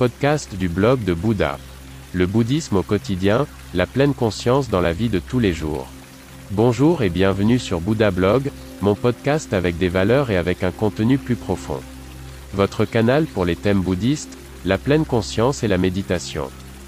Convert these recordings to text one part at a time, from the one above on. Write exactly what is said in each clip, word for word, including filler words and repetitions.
podcast du blog de Bouddha. Le bouddhisme au quotidien, la pleine conscience dans la vie de tous les jours. Bonjour et bienvenue sur Bouddha Blog, mon podcast avec des valeurs et avec un contenu plus profond. Votre canal pour les thèmes bouddhistes, la pleine conscience et la méditation.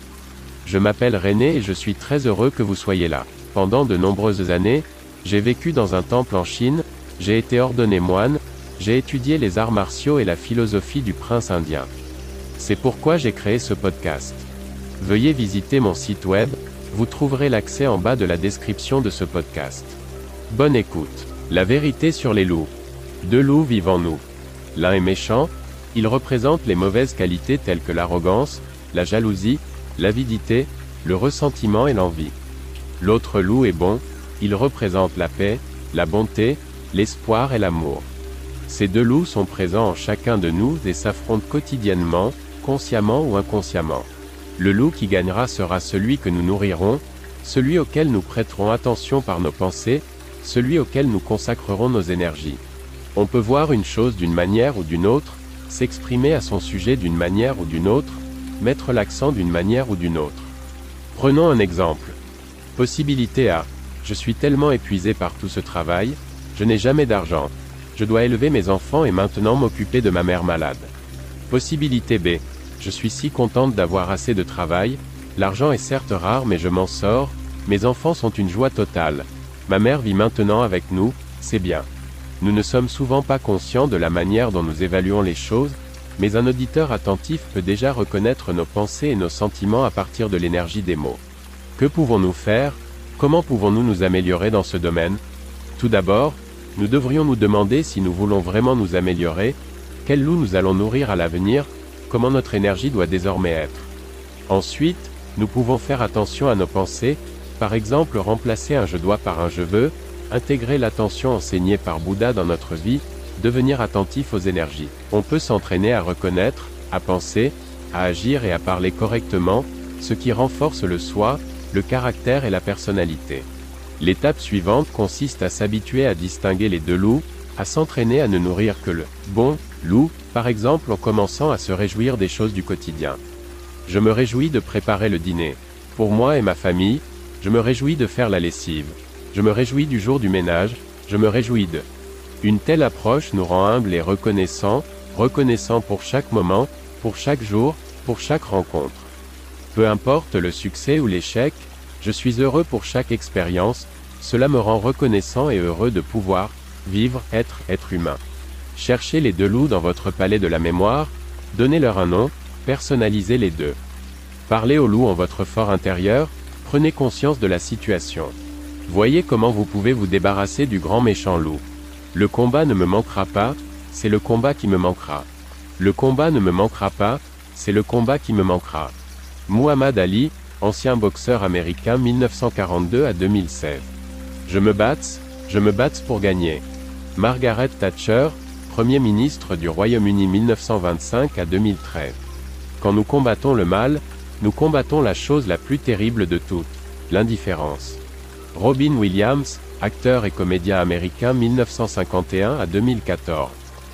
Je m'appelle René et je suis très heureux que vous soyez là. Pendant de nombreuses années, j'ai vécu dans un temple en Chine, j'ai été ordonné moine, j'ai étudié les arts martiaux et la philosophie du prince indien. C'est pourquoi j'ai créé ce podcast. Veuillez visiter mon site web, vous trouverez l'accès en bas de la description de ce podcast. Bonne écoute. La vérité sur les loups. Deux loups vivent en nous. L'un est méchant, il représente les mauvaises qualités telles que l'arrogance, la jalousie, l'avidité, le ressentiment et l'envie. L'autre loup est bon, il représente la paix, la bonté, l'espoir et l'amour. Ces deux loups sont présents en chacun de nous et s'affrontent quotidiennement, consciemment ou inconsciemment. Le loup qui gagnera sera celui que nous nourrirons, celui auquel nous prêterons attention par nos pensées, celui auquel nous consacrerons nos énergies. On peut voir une chose d'une manière ou d'une autre, s'exprimer à son sujet d'une manière ou d'une autre, mettre l'accent d'une manière ou d'une autre. Prenons un exemple. Possibilité A. Je suis tellement épuisé par tout ce travail, je n'ai jamais d'argent. Je dois élever mes enfants et maintenant m'occuper de ma mère malade. Possibilité B. Je suis si contente d'avoir assez de travail, l'argent est certes rare mais je m'en sors, mes enfants sont une joie totale. Ma mère vit maintenant avec nous, c'est bien. Nous ne sommes souvent pas conscients de la manière dont nous évaluons les choses, mais un auditeur attentif peut déjà reconnaître nos pensées et nos sentiments à partir de l'énergie des mots. Que pouvons-nous faire? Comment pouvons-nous nous améliorer dans ce domaine? Tout d'abord, nous devrions nous demander si nous voulons vraiment nous améliorer, quel loup nous allons nourrir à l'avenir, comment notre énergie doit désormais être. Ensuite, nous pouvons faire attention à nos pensées, par exemple remplacer un je dois par un je veux, intégrer l'attention enseignée par Bouddha dans notre vie, devenir attentif aux énergies. On peut s'entraîner à reconnaître, à penser, à agir et à parler correctement, ce qui renforce le soi, le caractère et la personnalité. L'étape suivante consiste à s'habituer à distinguer les deux loups, à s'entraîner à ne nourrir que le bon loup, par exemple en commençant à se réjouir des choses du quotidien. Je me réjouis de préparer le dîner. Pour moi et ma famille, je me réjouis de faire la lessive. Je me réjouis du jour du ménage, je me réjouis de. Une telle approche nous rend humbles et reconnaissants, reconnaissants pour chaque moment, pour chaque jour, pour chaque rencontre. Peu importe le succès ou l'échec, je suis heureux pour chaque expérience, cela me rend reconnaissant et heureux de pouvoir vivre, être, être humain. Cherchez les deux loups dans votre palais de la mémoire, donnez-leur un nom, personnalisez les deux. Parlez aux loups en votre fort intérieur, prenez conscience de la situation. Voyez comment vous pouvez vous débarrasser du grand méchant loup. Le combat ne me manquera pas, c'est le combat qui me manquera. Le combat ne me manquera pas, c'est le combat qui me manquera. Muhammad Ali, ancien boxeur américain mille neuf cent quarante-deux à deux mille seize. Je me batte, je me batte pour gagner. Margaret Thatcher, Premier ministre du Royaume-Uni mille neuf cent vingt-cinq à deux mille treize. Quand nous combattons le mal, nous combattons la chose la plus terrible de toutes, l'indifférence. Robin Williams, acteur et comédien américain mille neuf cent cinquante et un à deux mille quatorze.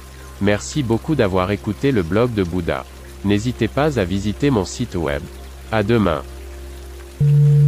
Merci beaucoup d'avoir écouté le blog de Bouddha. N'hésitez pas à visiter mon site web. À demain.